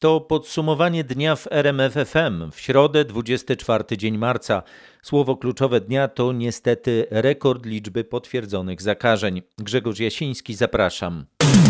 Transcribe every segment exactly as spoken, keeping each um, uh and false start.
To podsumowanie dnia w R M F F M. W środę, dwudziesty czwarty dzień marca. Słowo kluczowe dnia to niestety rekord liczby potwierdzonych zakażeń. Grzegorz Jasiński, zapraszam.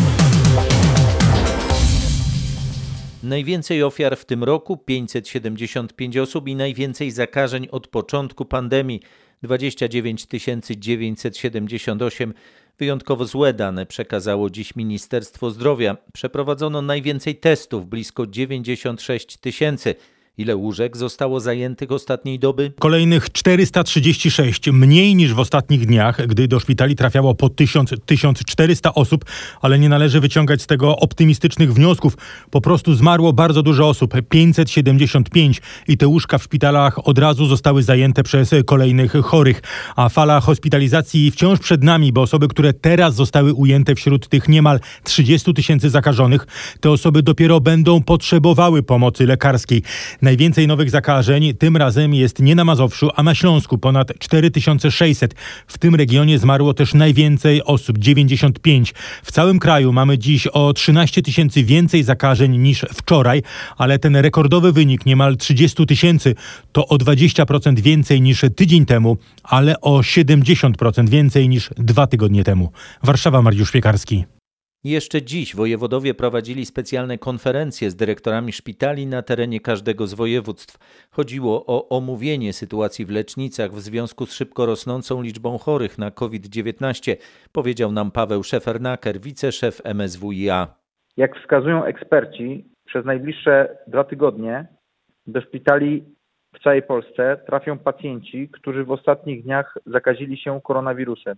Najwięcej ofiar w tym roku, pięćset siedemdziesiąt pięć osób i najwięcej zakażeń od początku pandemii, dwadzieścia dziewięć tysięcy dziewięćset siedemdziesiąt osiem. Wyjątkowo złe dane przekazało dziś Ministerstwo Zdrowia. Przeprowadzono najwięcej testów, blisko dziewięćdziesiąt sześć tysięcy. Ile łóżek zostało zajętych ostatniej doby? Kolejnych czterysta trzydzieści sześć, mniej niż w ostatnich dniach, gdy do szpitali trafiało po tysiąc do tysiąc czterysta osób, ale nie należy wyciągać z tego optymistycznych wniosków. Po prostu zmarło bardzo dużo osób, pięćset siedemdziesiąt pięć i te łóżka w szpitalach od razu zostały zajęte przez kolejnych chorych. A fala hospitalizacji wciąż przed nami, bo osoby, które teraz zostały ujęte wśród tych niemal trzydziestu tysięcy zakażonych, te osoby dopiero będą potrzebowały pomocy lekarskiej. Najwięcej nowych zakażeń tym razem jest nie na Mazowszu, a na Śląsku, ponad cztery tysiące sześćset. W tym regionie zmarło też najwięcej osób, dziewięćdziesiąt pięć. W całym kraju mamy dziś o trzynaście tysięcy więcej zakażeń niż wczoraj, ale ten rekordowy wynik, niemal trzydzieści tysięcy, to o dwadzieścia procent więcej niż tydzień temu, ale o siedemdziesiąt procent więcej niż dwa tygodnie temu. Warszawa, Mariusz Piekarski. Jeszcze dziś wojewodowie prowadzili specjalne konferencje z dyrektorami szpitali na terenie każdego z województw. Chodziło o omówienie sytuacji w lecznicach w związku z szybko rosnącą liczbą chorych na COVID dziewiętnaście, powiedział nam Paweł Szefernaker, wiceszef M S W i A. Jak wskazują eksperci, przez najbliższe dwa tygodnie do szpitali w całej Polsce trafią pacjenci, którzy w ostatnich dniach zakazili się koronawirusem.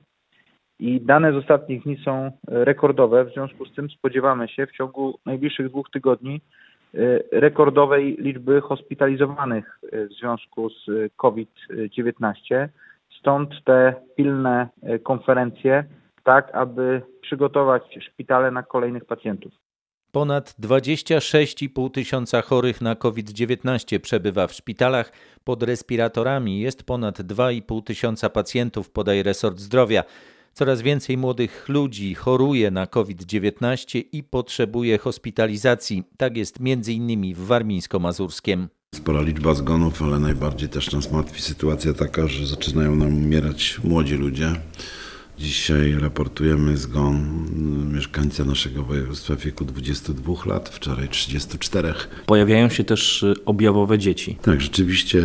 I dane z ostatnich dni są rekordowe, w związku z tym spodziewamy się w ciągu najbliższych dwóch tygodni rekordowej liczby hospitalizowanych w związku z COVID dziewiętnaście. Stąd te pilne konferencje, tak aby przygotować szpitale na kolejnych pacjentów. Ponad dwadzieścia sześć i pół tysiąca chorych na COVID dziewiętnaście przebywa w szpitalach. Pod respiratorami jest ponad dwa i pół tysiąca pacjentów, podaje resort zdrowia. Coraz więcej młodych ludzi choruje na COVID dziewiętnaście i potrzebuje hospitalizacji. Tak jest między innymi w Warmińsko-Mazurskiem. Spora liczba zgonów, ale najbardziej też nas martwi sytuacja taka, że zaczynają nam umierać młodzi ludzie. Dzisiaj raportujemy zgon mieszkańca naszego województwa w wieku dwudziestu dwóch lat, wczoraj trzydziestu czterech. Pojawiają się też objawowe dzieci. Tak, rzeczywiście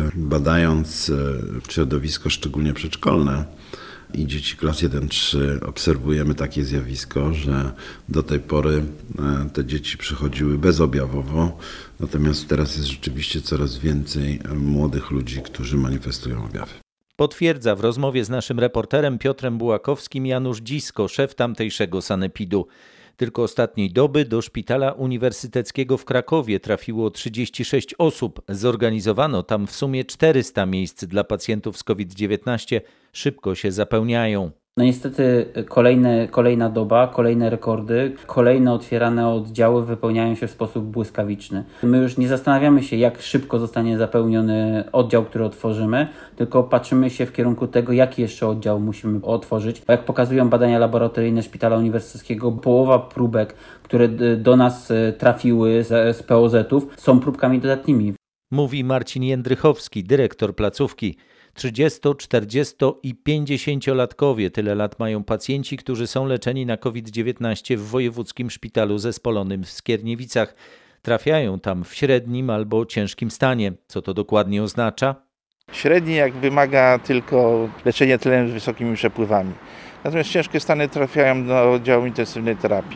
badając środowisko szczególnie przedszkolne i dzieci klas jeden trzy obserwujemy takie zjawisko, że do tej pory te dzieci przychodziły bezobjawowo, natomiast teraz jest rzeczywiście coraz więcej młodych ludzi, którzy manifestują objawy. Potwierdza w rozmowie z naszym reporterem Piotrem Bułakowskim Janusz Dzisko, szef tamtejszego sanepidu. Tylko ostatniej doby do szpitala uniwersyteckiego w Krakowie trafiło trzydzieści sześć osób. Zorganizowano tam w sumie czterysta miejsc dla pacjentów z COVID dziewiętnaście. Szybko się zapełniają. No niestety kolejne, kolejna doba, kolejne rekordy, kolejne otwierane oddziały wypełniają się w sposób błyskawiczny. My już nie zastanawiamy się, jak szybko zostanie zapełniony oddział, który otworzymy, tylko patrzymy się w kierunku tego, jaki jeszcze oddział musimy otworzyć. Bo jak pokazują badania laboratoryjne Szpitala Uniwersyteckiego, połowa próbek, które do nas trafiły z, z P O Z-ów, są próbkami dodatnimi. Mówi Marcin Jędrychowski, dyrektor placówki. trzydziesto-, czterdziesto- i pięćdziesięciolatkowie, tyle lat mają pacjenci, którzy są leczeni na COVID dziewiętnaście w Wojewódzkim Szpitalu Zespolonym w Skierniewicach. Trafiają tam w średnim albo ciężkim stanie. Co to dokładnie oznacza? Średni jak wymaga tylko leczenia tlenem z wysokimi przepływami. Natomiast ciężkie stany trafiają do oddziału intensywnej terapii.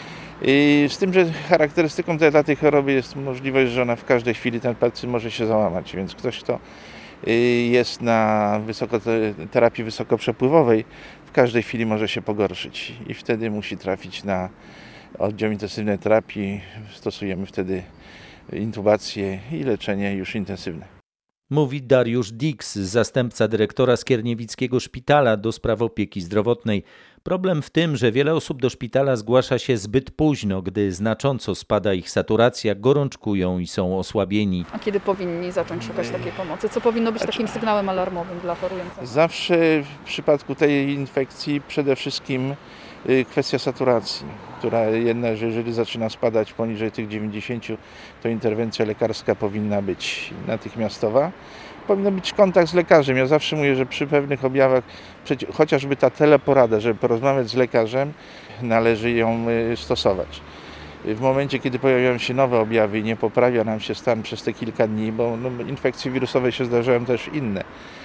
I z tym, że charakterystyką dla tej choroby jest możliwość, że ona w każdej chwili ten pacjent może się załamać, więc ktoś, kto jest na wysoko, terapii wysokoprzepływowej, w każdej chwili może się pogorszyć i wtedy musi trafić na oddział intensywnej terapii. Stosujemy wtedy intubację i leczenie już intensywne. Mówi Dariusz Dix, zastępca dyrektora Skierniewickiego Szpitala do spraw opieki zdrowotnej. Problem w tym, że wiele osób do szpitala zgłasza się zbyt późno, gdy znacząco spada ich saturacja, gorączkują i są osłabieni. A kiedy powinni zacząć szukać takiej pomocy? Co powinno być takim sygnałem alarmowym dla chorującego? Zawsze w przypadku tej infekcji przede wszystkim Kwestia saturacji, która jedna, że jeżeli zaczyna spadać poniżej tych dziewięćdziesięciu, to interwencja lekarska powinna być natychmiastowa. Powinien być kontakt z lekarzem. Ja zawsze mówię, że przy pewnych objawach, chociażby ta teleporada, żeby porozmawiać z lekarzem, należy ją stosować. W momencie, kiedy pojawiają się nowe objawy i nie poprawia nam się stan przez te kilka dni, bo no, infekcje wirusowe się zdarzają też inne,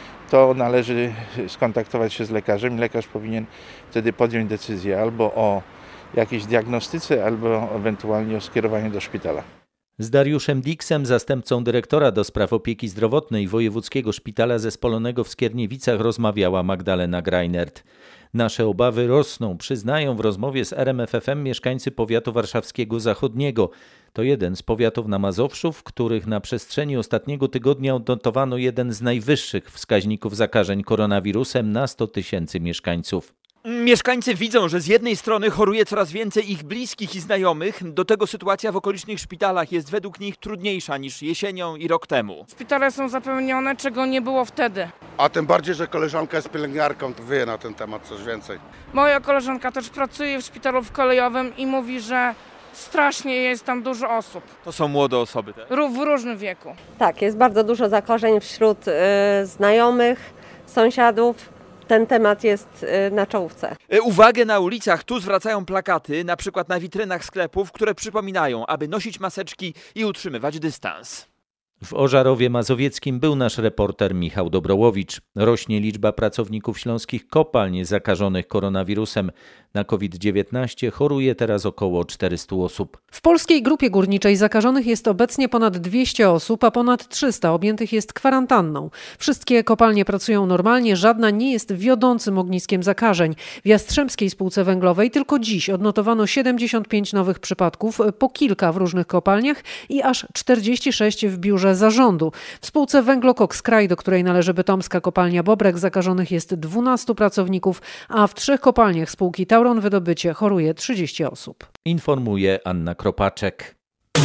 to należy skontaktować się z lekarzem. Lekarz powinien wtedy podjąć decyzję albo o jakiejś diagnostyce, albo ewentualnie o skierowaniu do szpitala. Z Dariuszem Diksem, zastępcą dyrektora do spraw opieki zdrowotnej Wojewódzkiego Szpitala Zespolonego w Skierniewicach, rozmawiała Magdalena Greinert. Nasze obawy rosną, przyznają w rozmowie z R M F F M mieszkańcy powiatu warszawskiego zachodniego. To jeden z powiatów na Mazowszu, w których na przestrzeni ostatniego tygodnia odnotowano jeden z najwyższych wskaźników zakażeń koronawirusem na sto tysięcy mieszkańców. Mieszkańcy widzą, że z jednej strony choruje coraz więcej ich bliskich i znajomych, do tego sytuacja w okolicznych szpitalach jest według nich trudniejsza niż jesienią i rok temu. Szpitale są zapełnione, czego nie było wtedy. A tym bardziej, że koleżanka jest pielęgniarką, to wie na ten temat coś więcej. Moja koleżanka też pracuje w szpitalu kolejowym i mówi, że strasznie jest tam dużo osób. To są młode osoby też? W różnym wieku. Tak, jest bardzo dużo zakażeń wśród y, znajomych, sąsiadów. Ten temat jest na czołówce. Uwagę na ulicach, tu zwracają plakaty, na przykład na witrynach sklepów, które przypominają, aby nosić maseczki i utrzymywać dystans. W Ożarowie Mazowieckim był nasz reporter Michał Dobrołowicz. Rośnie liczba pracowników śląskich kopalń zakażonych koronawirusem. Na COVID dziewiętnaście choruje teraz około czterysta osób. W Polskiej Grupie Górniczej zakażonych jest obecnie ponad dwieście osób, a ponad trzysta objętych jest kwarantanną. Wszystkie kopalnie pracują normalnie, żadna nie jest wiodącym ogniskiem zakażeń. W Jastrzębskiej Spółce Węglowej tylko dziś odnotowano siedemdziesiąt pięć nowych przypadków, po kilka w różnych kopalniach i aż czterdzieści sześć w biurze zarządu. W spółce Węglokoks Kraj, do której należy bytomska kopalnia Bobrek, zakażonych jest dwunastu pracowników, a w trzech kopalniach spółki Tauron Wydobycie choruje trzydzieści osób. Informuje Anna Kropaczek.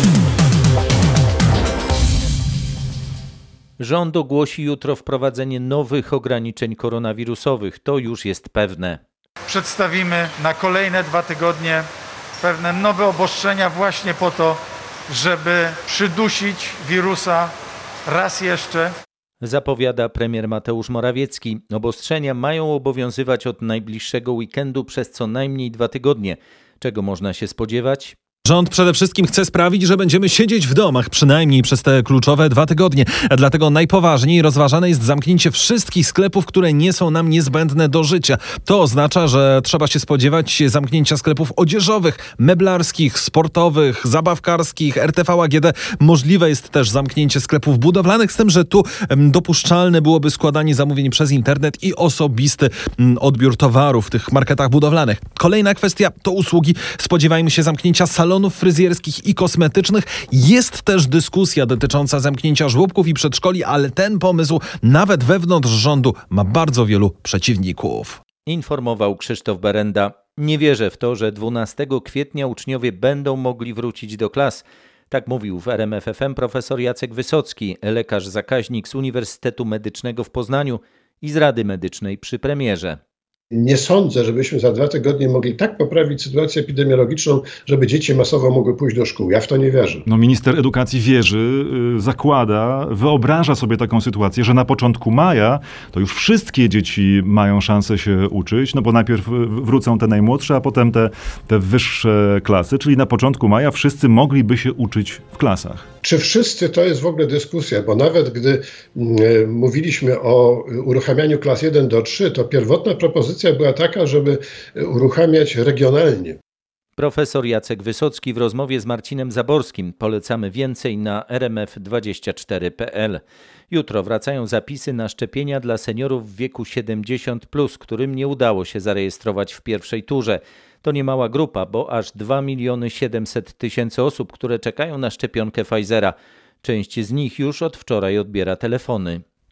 Rząd ogłosi jutro wprowadzenie nowych ograniczeń koronawirusowych. To już jest pewne. Przedstawimy na kolejne dwa tygodnie pewne nowe obostrzenia właśnie po to, żeby przydusić wirusa raz jeszcze. Zapowiada premier Mateusz Morawiecki. Obostrzenia mają obowiązywać od najbliższego weekendu przez co najmniej dwa tygodnie. Czego można się spodziewać? Rząd przede wszystkim chce sprawić, że będziemy siedzieć w domach przynajmniej przez te kluczowe dwa tygodnie. Dlatego najpoważniej rozważane jest zamknięcie wszystkich sklepów, które nie są nam niezbędne do życia. To oznacza, że trzeba się spodziewać zamknięcia sklepów odzieżowych, meblarskich, sportowych, zabawkarskich, R T V A G D. Możliwe jest też zamknięcie sklepów budowlanych, z tym, że tu dopuszczalne byłoby składanie zamówień przez internet i osobisty odbiór towarów w tych marketach budowlanych. Kolejna kwestia to usługi. Spodziewajmy się zamknięcia salonów fryzjerskich i kosmetycznych. Jest też dyskusja dotycząca zamknięcia żłobków i przedszkoli, ale ten pomysł nawet wewnątrz rządu ma bardzo wielu przeciwników. Informował Krzysztof Berenda. Nie wierzę w to, że dwunastego kwietnia uczniowie będą mogli wrócić do klas. Tak mówił w R M F F M profesor Jacek Wysocki, lekarz zakaźnik z Uniwersytetu Medycznego w Poznaniu i z Rady Medycznej przy premierze. Nie sądzę, żebyśmy za dwa tygodnie mogli tak poprawić sytuację epidemiologiczną, żeby dzieci masowo mogły pójść do szkół. Ja w to nie wierzę. No, minister edukacji wierzy, yy, zakłada, wyobraża sobie taką sytuację, że na początku maja to już wszystkie dzieci mają szansę się uczyć, no bo najpierw wrócą te najmłodsze, a potem te, te wyższe klasy, czyli na początku maja wszyscy mogliby się uczyć w klasach. Czy wszyscy to jest w ogóle dyskusja, bo nawet gdy y, mówiliśmy o uruchamianiu klas jeden do trzech, to pierwotna propozycja była taka, żeby uruchamiać regionalnie. Profesor Jacek Wysocki w rozmowie z Marcinem Zaborskim. Polecamy więcej na r m f dwadzieścia cztery kropka p l. Jutro wracają zapisy na szczepienia dla seniorów w wieku siedemdziesiąt plus, którym nie udało się zarejestrować w pierwszej turze. To niemała grupa, bo aż dwa miliony siedemset tysięcy osób, które czekają na szczepionkę Pfizera. Część z nich już od wczoraj odbiera telefony.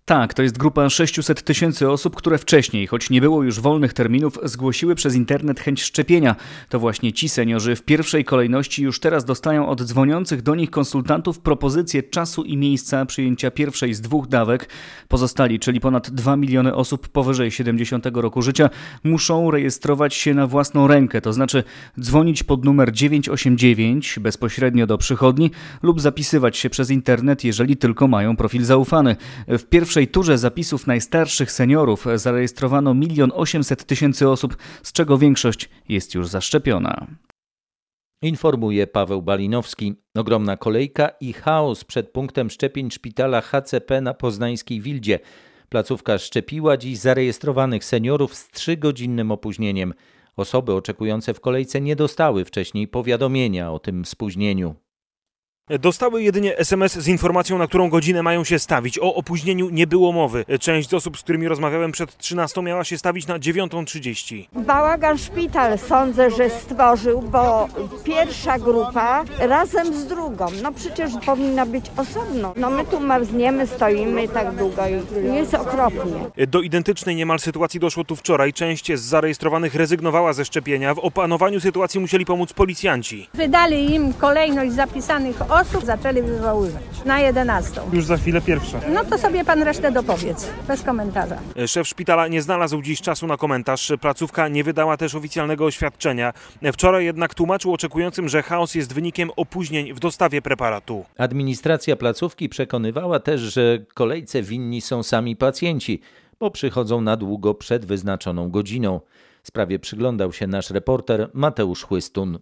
Tak, to jest grupa sześćset tysięcy osób, które wcześniej, choć nie było już wolnych terminów, zgłosiły przez internet chęć szczepienia. To właśnie ci seniorzy w pierwszej kolejności już teraz dostają od dzwoniących do nich konsultantów propozycję czasu i miejsca przyjęcia pierwszej z dwóch dawek. Pozostali, czyli ponad dwa miliony osób powyżej siedemdziesiątego roku życia, muszą rejestrować się na własną rękę, to znaczy dzwonić pod numer dziewięć osiem dziewięć bezpośrednio do przychodni lub zapisywać się przez internet, jeżeli tylko mają profil zaufany. W pierwszej W pierwszej turze zapisów najstarszych seniorów zarejestrowano milion osiemset tysięcy osób, z czego większość jest już zaszczepiona. Informuje Paweł Balinowski. Ogromna kolejka i chaos przed punktem szczepień szpitala H C P na poznańskiej Wildzie. Placówka szczepiła dziś zarejestrowanych seniorów z trzygodzinnym opóźnieniem. Osoby oczekujące w kolejce nie dostały wcześniej powiadomienia o tym spóźnieniu. Dostały jedynie es em es z informacją, na którą godzinę mają się stawić. O opóźnieniu nie było mowy. Część z osób, z którymi rozmawiałem przed trzynastą, miała się stawić na dziewiątą trzydzieści. Bałagan szpital sądzę, że stworzył, bo pierwsza grupa razem z drugą. No przecież powinna być osobno. No my tu marzniemy, stoimy tak długo i jest okropnie. Do identycznej niemal sytuacji doszło tu wczoraj. Część z zarejestrowanych rezygnowała ze szczepienia. W opanowaniu sytuacji musieli pomóc policjanci. Wydali im kolejność zapisanych osób, zaczęli wywoływać na jedenastą. Już za chwilę pierwsza. No to sobie pan resztę dopowiedz, bez komentarza. Szef szpitala nie znalazł dziś czasu na komentarz. Placówka nie wydała też oficjalnego oświadczenia. Wczoraj jednak tłumaczył oczekującym, że chaos jest wynikiem opóźnień w dostawie preparatu. Administracja placówki przekonywała też, że kolejce winni są sami pacjenci, bo przychodzą na długo przed wyznaczoną godziną. Sprawie przyglądał się nasz reporter Mateusz Chłystun.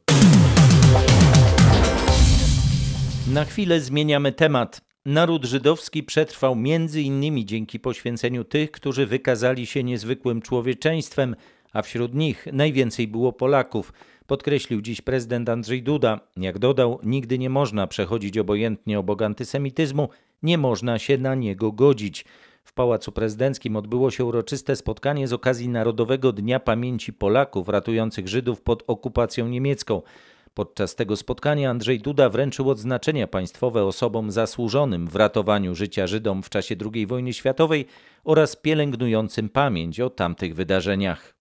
Na chwilę zmieniamy temat. Naród żydowski przetrwał między innymi dzięki poświęceniu tych, którzy wykazali się niezwykłym człowieczeństwem, a wśród nich najwięcej było Polaków, podkreślił dziś prezydent Andrzej Duda. Jak dodał, nigdy nie można przechodzić obojętnie obok antysemityzmu, nie można się na niego godzić. W Pałacu Prezydenckim odbyło się uroczyste spotkanie z okazji Narodowego Dnia Pamięci Polaków ratujących Żydów pod okupacją niemiecką. Podczas tego spotkania Andrzej Duda wręczył odznaczenia państwowe osobom zasłużonym w ratowaniu życia Żydom w czasie drugiej wojny światowej oraz pielęgnującym pamięć o tamtych wydarzeniach.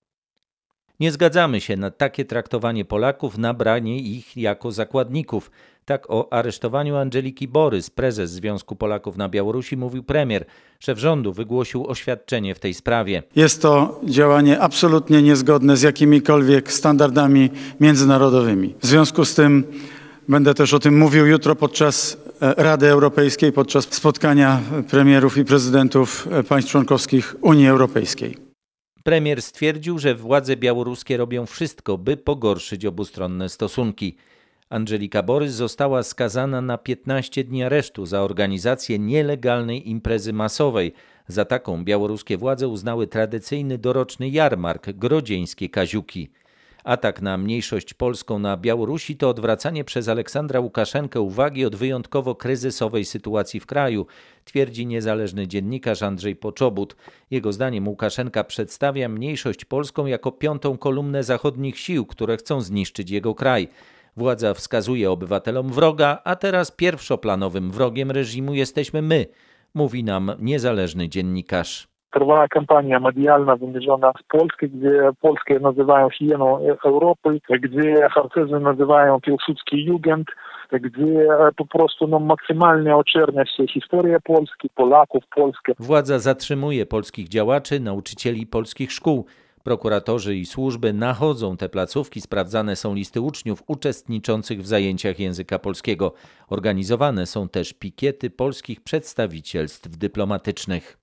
Nie zgadzamy się na takie traktowanie Polaków, na branie ich jako zakładników. Tak o aresztowaniu Andżeliki Borys, prezes Związku Polaków na Białorusi, mówił premier. Szef rządu wygłosił oświadczenie w tej sprawie. Jest to działanie absolutnie niezgodne z jakimikolwiek standardami międzynarodowymi. W związku z tym będę też o tym mówił jutro podczas Rady Europejskiej, podczas spotkania premierów i prezydentów państw członkowskich Unii Europejskiej. Premier stwierdził, że władze białoruskie robią wszystko, by pogorszyć obustronne stosunki. Andżelika Borys została skazana na piętnaście dni aresztu za organizację nielegalnej imprezy masowej. Za taką białoruskie władze uznały tradycyjny doroczny jarmark, grodzieńskie kaziuki. Atak na mniejszość polską na Białorusi to odwracanie przez Aleksandra Łukaszenkę uwagi od wyjątkowo kryzysowej sytuacji w kraju, twierdzi niezależny dziennikarz Andrzej Poczobut. Jego zdaniem Łukaszenka przedstawia mniejszość polską jako piątą kolumnę zachodnich sił, które chcą zniszczyć jego kraj. Władza wskazuje obywatelom wroga, a teraz pierwszoplanowym wrogiem reżimu jesteśmy my, mówi nam niezależny dziennikarz. Trwała kampania medialna wymierzona w Polskę, gdzie Polskę nazywają hieną Europy, gdzie harcerzy nazywają piłsudski Jugend, gdzie po prostu no, maksymalnie oczernia się historia Polski, Polaków, Polskę. Władza zatrzymuje polskich działaczy, nauczycieli polskich szkół. Prokuratorzy i służby nachodzą te placówki, sprawdzane są listy uczniów uczestniczących w zajęciach języka polskiego. Organizowane są też pikiety polskich przedstawicielstw dyplomatycznych.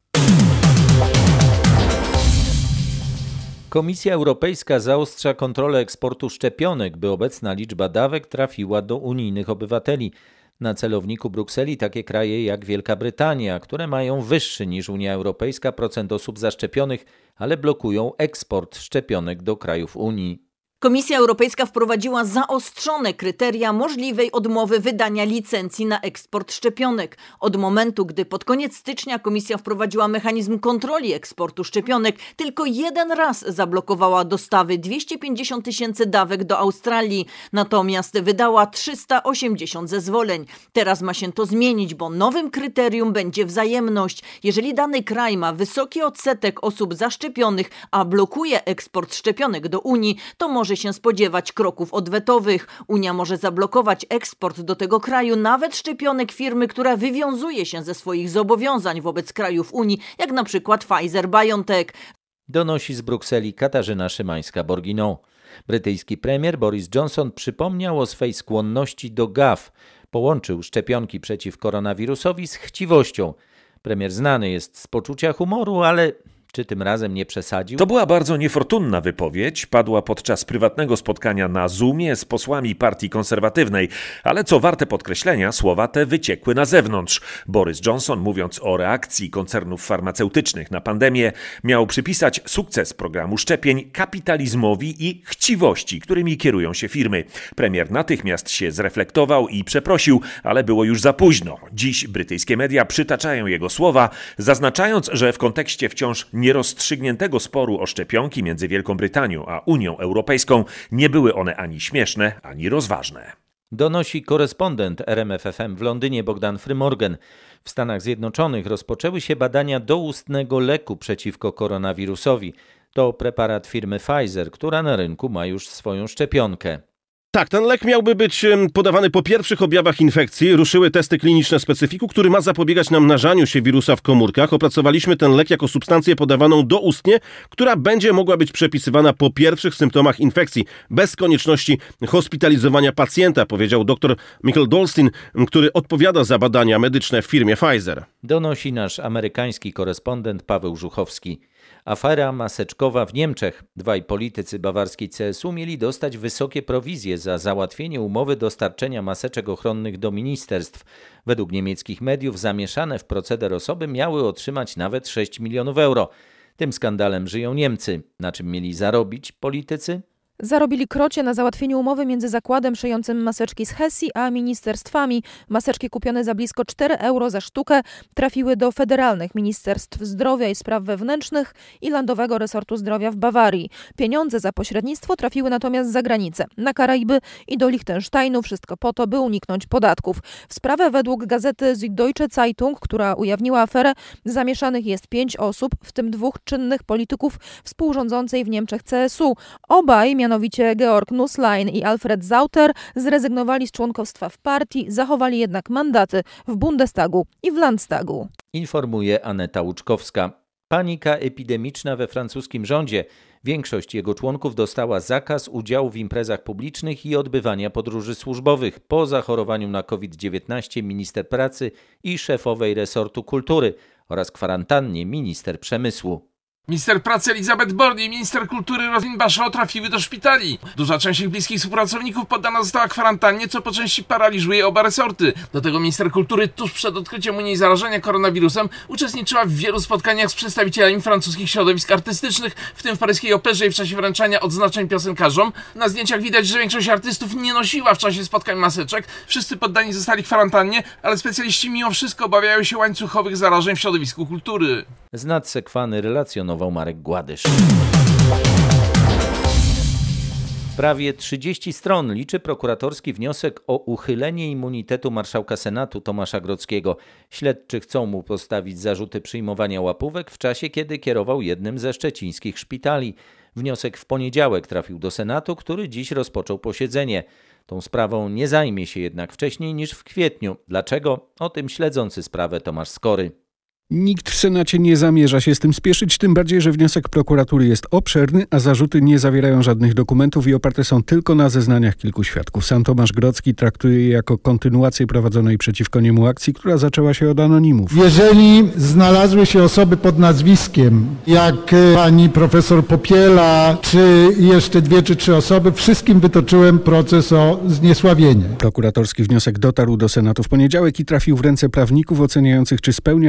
Komisja Europejska zaostrza kontrolę eksportu szczepionek, by obecna liczba dawek trafiła do unijnych obywateli. Na celowniku Brukseli takie kraje jak Wielka Brytania, które mają wyższy niż Unia Europejska procent osób zaszczepionych, ale blokują eksport szczepionek do krajów Unii. Komisja Europejska wprowadziła zaostrzone kryteria możliwej odmowy wydania licencji na eksport szczepionek. Od momentu, gdy pod koniec stycznia Komisja wprowadziła mechanizm kontroli eksportu szczepionek, tylko jeden raz zablokowała dostawy dwieście pięćdziesiąt tysięcy dawek do Australii, natomiast wydała trzysta osiemdziesiąt zezwoleń. Teraz ma się to zmienić, bo nowym kryterium będzie wzajemność. Jeżeli dany kraj ma wysoki odsetek osób zaszczepionych, a blokuje eksport szczepionek do Unii, to może się spodziewać kroków odwetowych. Unia może zablokować eksport do tego kraju nawet szczepionek firmy, która wywiązuje się ze swoich zobowiązań wobec krajów Unii, jak na przykład Pfizer-BioNTech. Donosi z Brukseli Katarzyna Szymańska-Borginą. Brytyjski premier Boris Johnson przypomniał o swej skłonności do gaf. Połączył szczepionki przeciw koronawirusowi z chciwością. Premier znany jest z poczucia humoru, ale czy tym razem nie przesadził? To była bardzo niefortunna wypowiedź. Padła podczas prywatnego spotkania na Zoomie z posłami partii konserwatywnej. Ale co warte podkreślenia, słowa te wyciekły na zewnątrz. Boris Johnson, mówiąc o reakcji koncernów farmaceutycznych na pandemię, miał przypisać sukces programu szczepień kapitalizmowi i chciwości, którymi kierują się firmy. Premier natychmiast się zreflektował i przeprosił, ale było już za późno. Dziś brytyjskie media przytaczają jego słowa, zaznaczając, że w kontekście wciąż nierozstrzygniętego sporu o szczepionki między Wielką Brytanią a Unią Europejską nie były one ani śmieszne, ani rozważne. Donosi korespondent R M F F M w Londynie Bogdan Frymorgan. W Stanach Zjednoczonych rozpoczęły się badania doustnego leku przeciwko koronawirusowi. To preparat firmy Pfizer, która na rynku ma już swoją szczepionkę. Tak, ten lek miałby być podawany po pierwszych objawach infekcji. Ruszyły testy kliniczne specyfiku, który ma zapobiegać namnażaniu się wirusa w komórkach. Opracowaliśmy ten lek jako substancję podawaną doustnie, która będzie mogła być przepisywana po pierwszych symptomach infekcji, bez konieczności hospitalizowania pacjenta, powiedział dr Michael Dolstein, który odpowiada za badania medyczne w firmie Pfizer. Donosi nasz amerykański korespondent Paweł Żuchowski. Afera maseczkowa w Niemczech. Dwaj politycy bawarskiej C S U mieli dostać wysokie prowizje za załatwienie umowy dostarczenia maseczek ochronnych do ministerstw. Według niemieckich mediów zamieszane w proceder osoby miały otrzymać nawet sześć milionów euro. Tym skandalem żyją Niemcy. Na czym mieli zarobić politycy? Zarobili krocie na załatwieniu umowy między zakładem szyjącym maseczki z Hesji a ministerstwami. Maseczki kupione za blisko cztery euro za sztukę trafiły do federalnych ministerstw zdrowia i spraw wewnętrznych i landowego resortu zdrowia w Bawarii. Pieniądze za pośrednictwo trafiły natomiast za granicę, na Karaiby i do Liechtensteinu, wszystko po to, by uniknąć podatków. W sprawę według gazety Süddeutsche Zeitung, która ujawniła aferę, zamieszanych jest pięć osób, w tym dwóch czynnych polityków współrządzącej w Niemczech C S U. Obaj, mianowicie Georg Nusslein i Alfred Sauter, zrezygnowali z członkostwa w partii, zachowali jednak mandaty w Bundestagu i w Landstagu. Informuje Aneta Łuczkowska. Panika epidemiczna we francuskim rządzie. Większość jego członków dostała zakaz udziału w imprezach publicznych i odbywania podróży służbowych po zachorowaniu na COVID dziewiętnaście minister pracy i szefowej resortu kultury oraz kwarantannie minister przemysłu. Minister pracy Elisabeth Borne i minister kultury Roselyne Bachelot trafiły do szpitali. Duża część ich bliskich współpracowników poddana została kwarantannie, co po części paraliżuje oba resorty. Do tego minister kultury tuż przed odkryciem u niej zarażenia koronawirusem uczestniczyła w wielu spotkaniach z przedstawicielami francuskich środowisk artystycznych, w tym w paryskiej operze i w czasie wręczania odznaczeń piosenkarzom. Na zdjęciach widać, że większość artystów nie nosiła w czasie spotkań maseczek. Wszyscy poddani zostali kwarantannie, ale specjaliści mimo wszystko obawiają się łańcuchowych zarażeń w środowisku kultury. Z nadsekwany relacjonował Marek Gładysz. Prawie trzydzieści stron liczy prokuratorski wniosek o uchylenie immunitetu marszałka Senatu Tomasza Grodzkiego. Śledczy chcą mu postawić zarzuty przyjmowania łapówek w czasie, kiedy kierował jednym ze szczecińskich szpitali. Wniosek w poniedziałek trafił do Senatu, który dziś rozpoczął posiedzenie. Tą sprawą nie zajmie się jednak wcześniej niż w kwietniu. Dlaczego? O tym śledzący sprawę Tomasz Skory. Nikt w Senacie nie zamierza się z tym spieszyć, tym bardziej, że wniosek prokuratury jest obszerny, a zarzuty nie zawierają żadnych dokumentów i oparte są tylko na zeznaniach kilku świadków. Sam Tomasz Grodzki traktuje je jako kontynuację prowadzonej przeciwko niemu akcji, która zaczęła się od anonimów. Jeżeli znalazły się osoby pod nazwiskiem, jak pani profesor Popiela, czy jeszcze dwie czy trzy osoby, wszystkim wytoczyłem proces o zniesławienie. Prokuratorski wniosek dotarł do Senatu w poniedziałek i trafił w ręce prawników oceniających, czy spełnia wymogi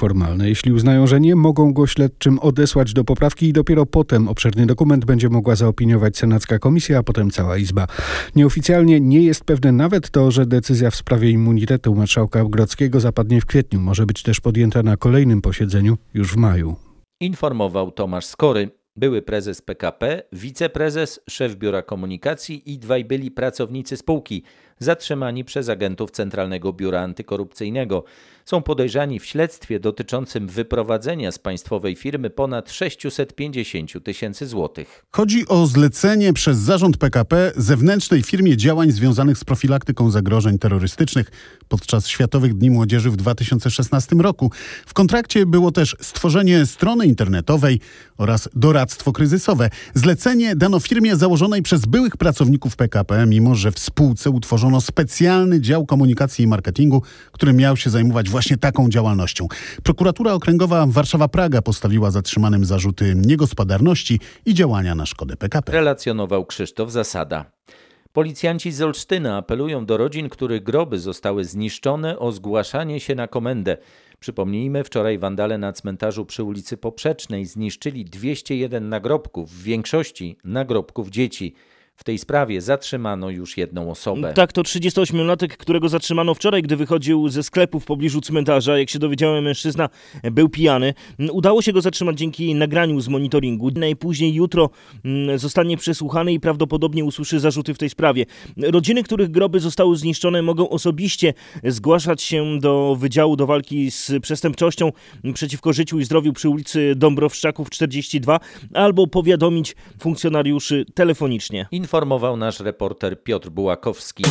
formalne. Jeśli uznają, że nie, mogą go śledczym odesłać do poprawki i dopiero potem obszerny dokument będzie mogła zaopiniować Senacka Komisja, a potem cała Izba. Nieoficjalnie nie jest pewne nawet to, że decyzja w sprawie immunitetu marszałka Grodzkiego zapadnie w kwietniu. Może być też podjęta na kolejnym posiedzeniu już w maju. Informował Tomasz Skory. Były prezes P K P, wiceprezes, szef Biura Komunikacji i dwaj byli pracownicy spółki, zatrzymani przez agentów Centralnego Biura Antykorupcyjnego. Są podejrzani w śledztwie dotyczącym wyprowadzenia z państwowej firmy ponad sześćset pięćdziesiąt tysięcy złotych. Chodzi o zlecenie przez zarząd P K P zewnętrznej firmie działań związanych z profilaktyką zagrożeń terrorystycznych podczas Światowych Dni Młodzieży w dwa tysiące szesnastym roku. W kontrakcie było też stworzenie strony internetowej oraz doradztwo kryzysowe. Zlecenie dano firmie założonej przez byłych pracowników P K P, mimo że w spółce utworzono specjalny dział komunikacji i marketingu, który miał się zajmować właśnie taką działalnością. Prokuratura Okręgowa Warszawa-Praga postawiła zatrzymanym zarzuty niegospodarności i działania na szkodę P K P. Relacjonował Krzysztof Zasada. Policjanci z Olsztyna apelują do rodzin, których groby zostały zniszczone, o zgłaszanie się na komendę. Przypomnijmy, wczoraj wandale na cmentarzu przy ulicy Poprzecznej zniszczyli dwieście jeden nagrobków, w większości nagrobków dzieci. W tej sprawie zatrzymano już jedną osobę. Tak, to trzydziestoośmiolatek, którego zatrzymano wczoraj, gdy wychodził ze sklepu w pobliżu cmentarza. Jak się dowiedziałem, mężczyzna był pijany. Udało się go zatrzymać dzięki nagraniu z monitoringu. Najpóźniej jutro zostanie przesłuchany i prawdopodobnie usłyszy zarzuty w tej sprawie. Rodziny, których groby zostały zniszczone, mogą osobiście zgłaszać się do Wydziału do Walki z Przestępczością przeciwko Życiu i Zdrowiu przy ulicy Dąbrowszczaków czterdzieści dwa albo powiadomić funkcjonariuszy telefonicznie. Informował nasz reporter Piotr Bułakowski.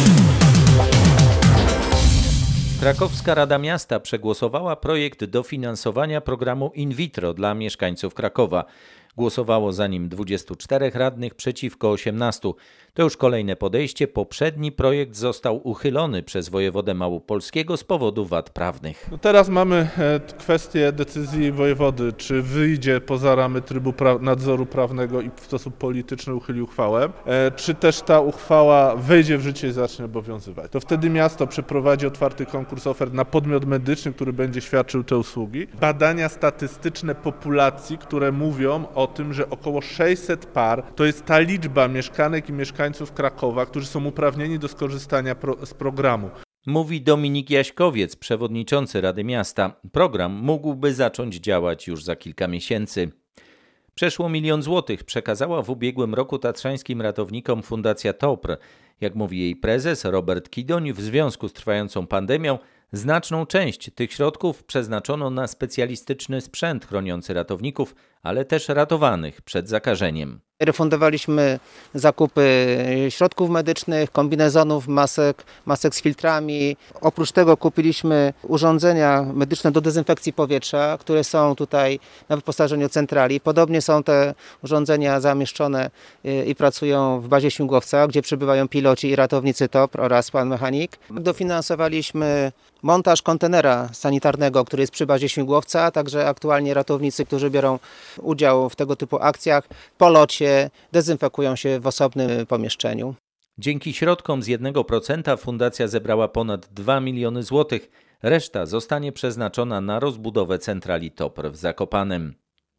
Krakowska Rada Miasta przegłosowała projekt dofinansowania programu in vitro dla mieszkańców Krakowa. Głosowało za nim dwudziestu czterech radnych przeciwko osiemnastu. To już kolejne podejście. Poprzedni projekt został uchylony przez wojewodę małopolskiego z powodu wad prawnych. No teraz mamy kwestię decyzji wojewody, czy wyjdzie poza ramy trybu pra- nadzoru prawnego i w sposób polityczny uchyli uchwałę, e, czy też ta uchwała wejdzie w życie i zacznie obowiązywać. To wtedy miasto przeprowadzi otwarty konkurs ofert na podmiot medyczny, który będzie świadczył te usługi. Badania statystyczne populacji, które mówią o tym, że około sześćset par to jest ta liczba mieszkanek i mieszkańców Krakowa, którzy są uprawnieni do skorzystania pro, z programu. Mówi Dominik Jaśkowiec, przewodniczący Rady Miasta. Program mógłby zacząć działać już za kilka miesięcy. Przeszło milion złotych przekazała w ubiegłym roku tatrzańskim ratownikom Fundacja TOPR. Jak mówi jej prezes Robert Kidoń, w związku z trwającą pandemią znaczną część tych środków przeznaczono na specjalistyczny sprzęt chroniący ratowników, ale też ratowanych przed zakażeniem. Refundowaliśmy zakupy środków medycznych, kombinezonów, masek, masek z filtrami. Oprócz tego kupiliśmy urządzenia medyczne do dezynfekcji powietrza, które są tutaj na wyposażeniu centrali. Podobnie są te urządzenia zamieszczone i pracują w bazie śmigłowca, gdzie przebywają piloci i ratownicy TOPR oraz pan mechanik. Dofinansowaliśmy montaż kontenera sanitarnego, który jest przy bazie śmigłowca, także aktualnie ratownicy, którzy biorą udział w tego typu akcjach, po locie dezynfekują się w osobnym pomieszczeniu. Dzięki środkom z jednego procenta fundacja zebrała ponad dwa miliony złotych. Reszta zostanie przeznaczona na rozbudowę centrali TOPR w Zakopanem.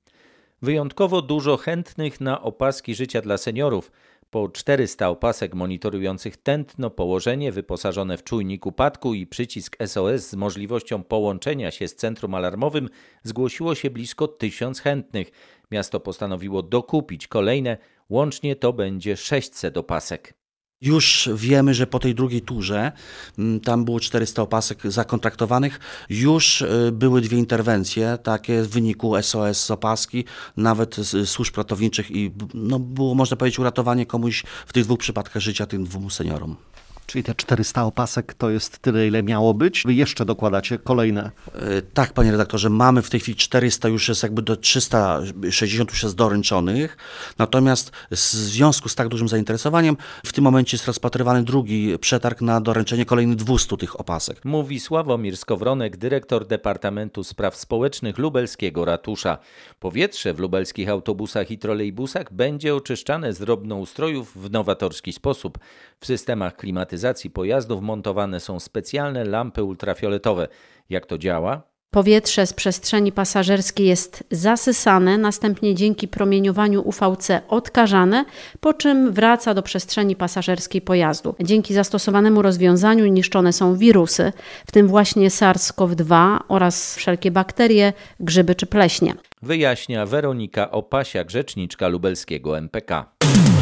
Wyjątkowo dużo chętnych na opaski życia dla seniorów. Po czterysta opasek monitorujących tętno, położenie, wyposażone w czujnik upadku i przycisk S O S z możliwością połączenia się z centrum alarmowym zgłosiło się blisko tysiąc chętnych. Miasto postanowiło dokupić kolejne, łącznie to będzie sześćset opasek. Już wiemy, że po tej drugiej turze, tam było czterysta opasek zakontraktowanych, już były dwie interwencje, takie w wyniku S O S z opaski, nawet z służb ratowniczych i no, było, można powiedzieć, uratowanie komuś w tych dwóch przypadkach życia, tym dwóm seniorom. Czyli te czterysta opasek to jest tyle, ile miało być? Wy jeszcze dokładacie kolejne? Yy, tak, panie redaktorze, mamy w tej chwili czterysta, już jest jakby do trzysta sześćdziesiąt już jest doręczonych, natomiast w związku z tak dużym zainteresowaniem w tym momencie jest rozpatrywany drugi przetarg na doręczenie kolejnych dwustu tych opasek. Mówi Sławomir Skowronek, dyrektor Departamentu Spraw Społecznych lubelskiego ratusza. Powietrze w lubelskich autobusach i trolejbusach będzie oczyszczane z drobnoustrojów w nowatorski sposób. W systemach klimatyzacji pojazdów montowane są specjalne lampy ultrafioletowe. Jak to działa? Powietrze z przestrzeni pasażerskiej jest zasysane, następnie dzięki promieniowaniu U V C odkażane, po czym wraca do przestrzeni pasażerskiej pojazdu. Dzięki zastosowanemu rozwiązaniu niszczone są wirusy, w tym właśnie SARS CoV dwa oraz wszelkie bakterie, grzyby czy pleśnie. Wyjaśnia Weronika Opasiak, rzeczniczka lubelskiego M P K.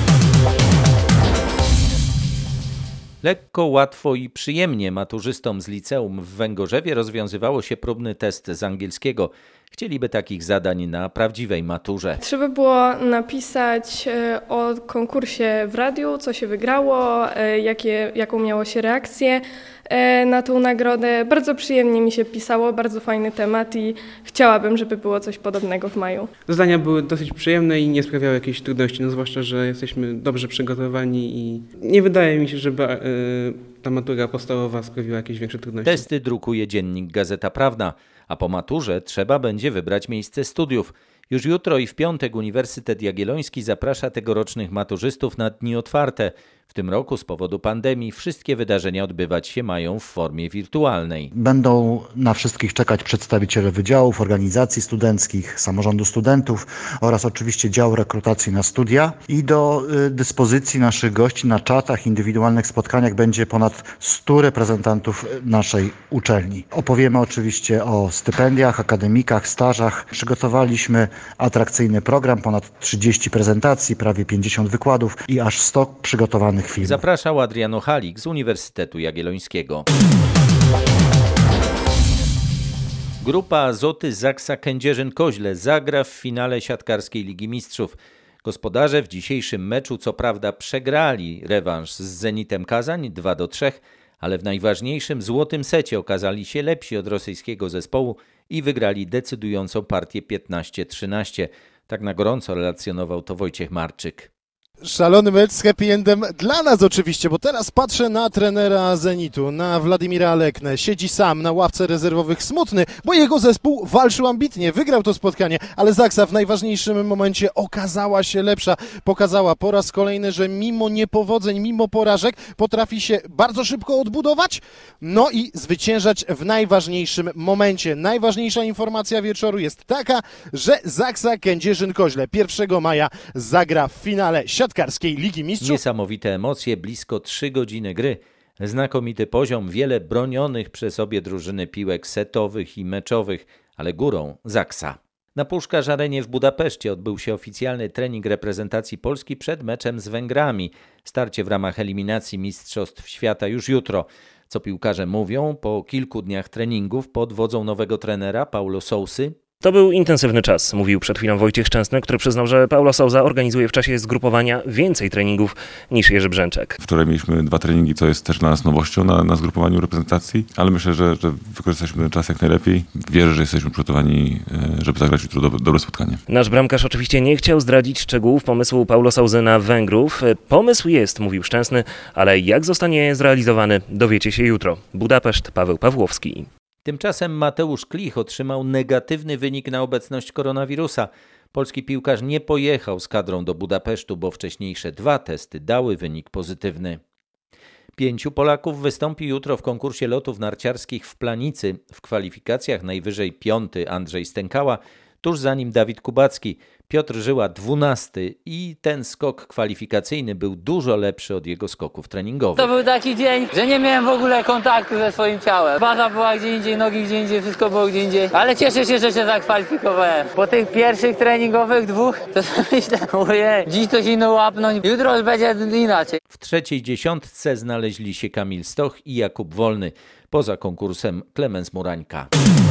Lekko, łatwo i przyjemnie maturzystom z liceum w Węgorzewie rozwiązywało się próbny test z angielskiego. Chcieliby takich zadań na prawdziwej maturze. Trzeba było napisać o konkursie w radiu, co się wygrało, jakie, jaką miało się reakcję na tą nagrodę. Bardzo przyjemnie mi się pisało, bardzo fajny temat i chciałabym, żeby było coś podobnego w maju. Zadania były dosyć przyjemne i nie sprawiały jakichś trudności, no zwłaszcza, że jesteśmy dobrze przygotowani i nie wydaje mi się, żeby ta matura podstawowa sprawiła jakieś większe trudności. Testy drukuje dziennik Gazeta Prawna, a po maturze trzeba będzie wybrać miejsce studiów. Już jutro i w piątek Uniwersytet Jagielloński zaprasza tegorocznych maturzystów na dni otwarte. W tym roku z powodu pandemii wszystkie wydarzenia odbywać się mają w formie wirtualnej. Będą na wszystkich czekać przedstawiciele wydziałów, organizacji studenckich, samorządu studentów oraz oczywiście dział rekrutacji na studia. I do y, dyspozycji naszych gości na czatach, indywidualnych spotkaniach będzie ponad stu reprezentantów naszej uczelni. Opowiemy oczywiście o stypendiach, akademikach, stażach. Przygotowaliśmy atrakcyjny program, ponad trzydzieści prezentacji, prawie pięćdziesiąt wykładów i aż sto przygotowanych film. Zapraszał Adrian Ochalik z Uniwersytetu Jagiellońskiego. Grupa Azoty Zaksa Kędzierzyn-Koźle zagra w finale siatkarskiej Ligi Mistrzów. Gospodarze w dzisiejszym meczu co prawda przegrali rewanż z Zenitem Kazań dwa do trzech, ale w najważniejszym złotym secie okazali się lepsi od rosyjskiego zespołu i wygrali decydującą partię piętnaście trzynaście. Tak na gorąco relacjonował to Wojciech Marczyk. Szalony mecz z happy endem dla nas oczywiście, bo teraz patrzę na trenera Zenitu, na Władimira Aleknę. Siedzi sam na ławce rezerwowych smutny, bo jego zespół walczył ambitnie, wygrał to spotkanie, ale Zaksa w najważniejszym momencie okazała się lepsza. Pokazała po raz kolejny, że mimo niepowodzeń, mimo porażek potrafi się bardzo szybko odbudować, no i zwyciężać w najważniejszym momencie. Najważniejsza informacja wieczoru jest taka, że Zaksa Kędzierzyn-Koźle pierwszego maja zagra w finale siatkarskiej Ligi Mistrzów. Niesamowite emocje, blisko trzy godziny gry. Znakomity poziom, wiele bronionych przez obie drużyny piłek setowych i meczowych, ale górą Zaksa. Na Puszkarz Arenie w Budapeszcie odbył się oficjalny trening reprezentacji Polski przed meczem z Węgrami. Starcie w ramach eliminacji Mistrzostw Świata już jutro. Co piłkarze mówią, po kilku dniach treningów pod wodzą nowego trenera Paulo Sousy. To był intensywny czas, mówił przed chwilą Wojciech Szczęsny, który przyznał, że Paulo Sousa organizuje w czasie zgrupowania więcej treningów niż Jerzy Brzęczek. Wczoraj mieliśmy dwa treningi, co jest też dla nas nowością na, na zgrupowaniu reprezentacji, ale myślę, że, że wykorzystaliśmy ten czas jak najlepiej. Wierzę, że jesteśmy przygotowani, żeby zagrać jutro dobre, dobre spotkanie. Nasz bramkarz oczywiście nie chciał zdradzić szczegółów pomysłu Paulo Sousy na Węgrów. Pomysł jest, mówił Szczęsny, ale jak zostanie zrealizowany, dowiecie się jutro. Budapeszt, Paweł Pawłowski. Tymczasem Mateusz Klich otrzymał negatywny wynik na obecność koronawirusa. Polski piłkarz nie pojechał z kadrą do Budapesztu, bo wcześniejsze dwa testy dały wynik pozytywny. Pięciu Polaków wystąpi jutro w konkursie lotów narciarskich w Planicy. W kwalifikacjach najwyżej piąty Andrzej Stękała, tuż za nim Dawid Kubacki. Piotr Żyła dwunasty i ten skok kwalifikacyjny był dużo lepszy od jego skoków treningowych. To był taki dzień, że nie miałem w ogóle kontaktu ze swoim ciałem. Baza była gdzie indziej, nogi gdzie indziej, wszystko było gdzie indziej. Ale cieszę się, że się zakwalifikowałem. Po tych pierwszych treningowych dwóch, to sobie myślę, ojej, dziś coś innego łapnąć, jutro już będzie inaczej. W trzeciej dziesiątce znaleźli się Kamil Stoch i Jakub Wolny. Poza konkursem Klemens Murańka.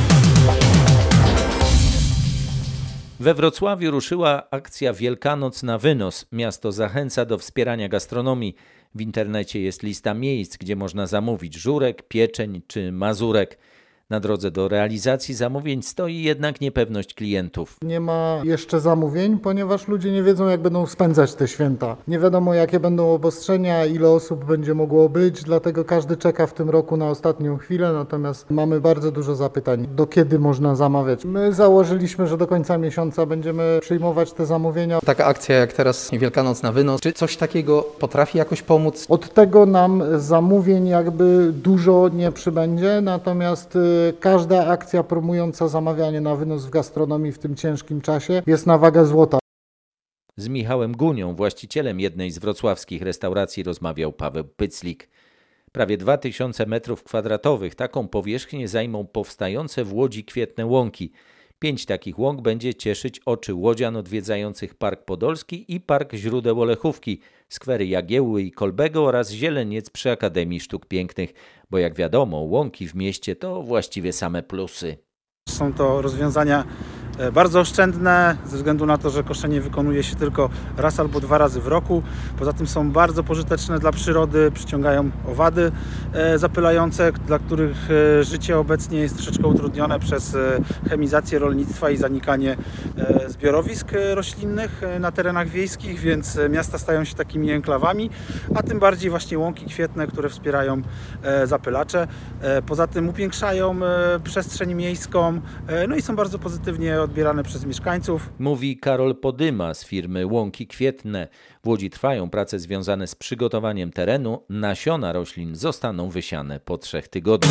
We Wrocławiu ruszyła akcja Wielkanoc na wynos. Miasto zachęca do wspierania gastronomii. W internecie jest lista miejsc, gdzie można zamówić żurek, pieczeń czy mazurek. Na drodze do realizacji zamówień stoi jednak niepewność klientów. Nie ma jeszcze zamówień, ponieważ ludzie nie wiedzą, jak będą spędzać te święta. Nie wiadomo, jakie będą obostrzenia, ile osób będzie mogło być, dlatego każdy czeka w tym roku na ostatnią chwilę, natomiast mamy bardzo dużo zapytań, do kiedy można zamawiać. My założyliśmy, że do końca miesiąca będziemy przyjmować te zamówienia. Taka akcja jak teraz Wielkanoc na wynos, czy coś takiego potrafi jakoś pomóc? Od tego nam zamówień jakby dużo nie przybędzie, natomiast każda akcja promująca zamawianie na wynos w gastronomii w tym ciężkim czasie jest na wagę złota. Z Michałem Gunią, właścicielem jednej z wrocławskich restauracji, rozmawiał Paweł Pyclik. Prawie dwa tysiące metrów kwadratowych taką powierzchnię zajmą powstające w Łodzi kwietne łąki. Pięć takich łąk będzie cieszyć oczy łodzian odwiedzających Park Podolski i Park Źródeł Olechówki, skwery Jagiełły i Kolbego oraz zieleniec przy Akademii Sztuk Pięknych, bo jak wiadomo, łąki w mieście to właściwie same plusy. Są to rozwiązania bardzo oszczędne, ze względu na to, że koszenie wykonuje się tylko raz albo dwa razy w roku. Poza tym są bardzo pożyteczne dla przyrody, przyciągają owady zapylające, dla których życie obecnie jest troszeczkę utrudnione przez chemizację rolnictwa i zanikanie zbiorowisk roślinnych na terenach wiejskich, więc miasta stają się takimi enklawami, a tym bardziej właśnie łąki kwietne, które wspierają zapylacze. Poza tym upiększają przestrzeń miejską, no i są bardzo pozytywnie odbierane przez mieszkańców. Mówi Karol Podyma z firmy Łąki Kwietne. W Łodzi trwają prace związane z przygotowaniem terenu. Nasiona roślin zostaną wysiane po trzech tygodniach.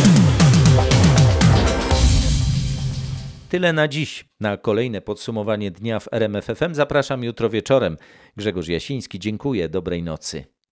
Tyle na dziś. Na kolejne podsumowanie dnia w R M F F M zapraszam jutro wieczorem. Grzegorz Jasiński, dziękuję. Dobrej nocy.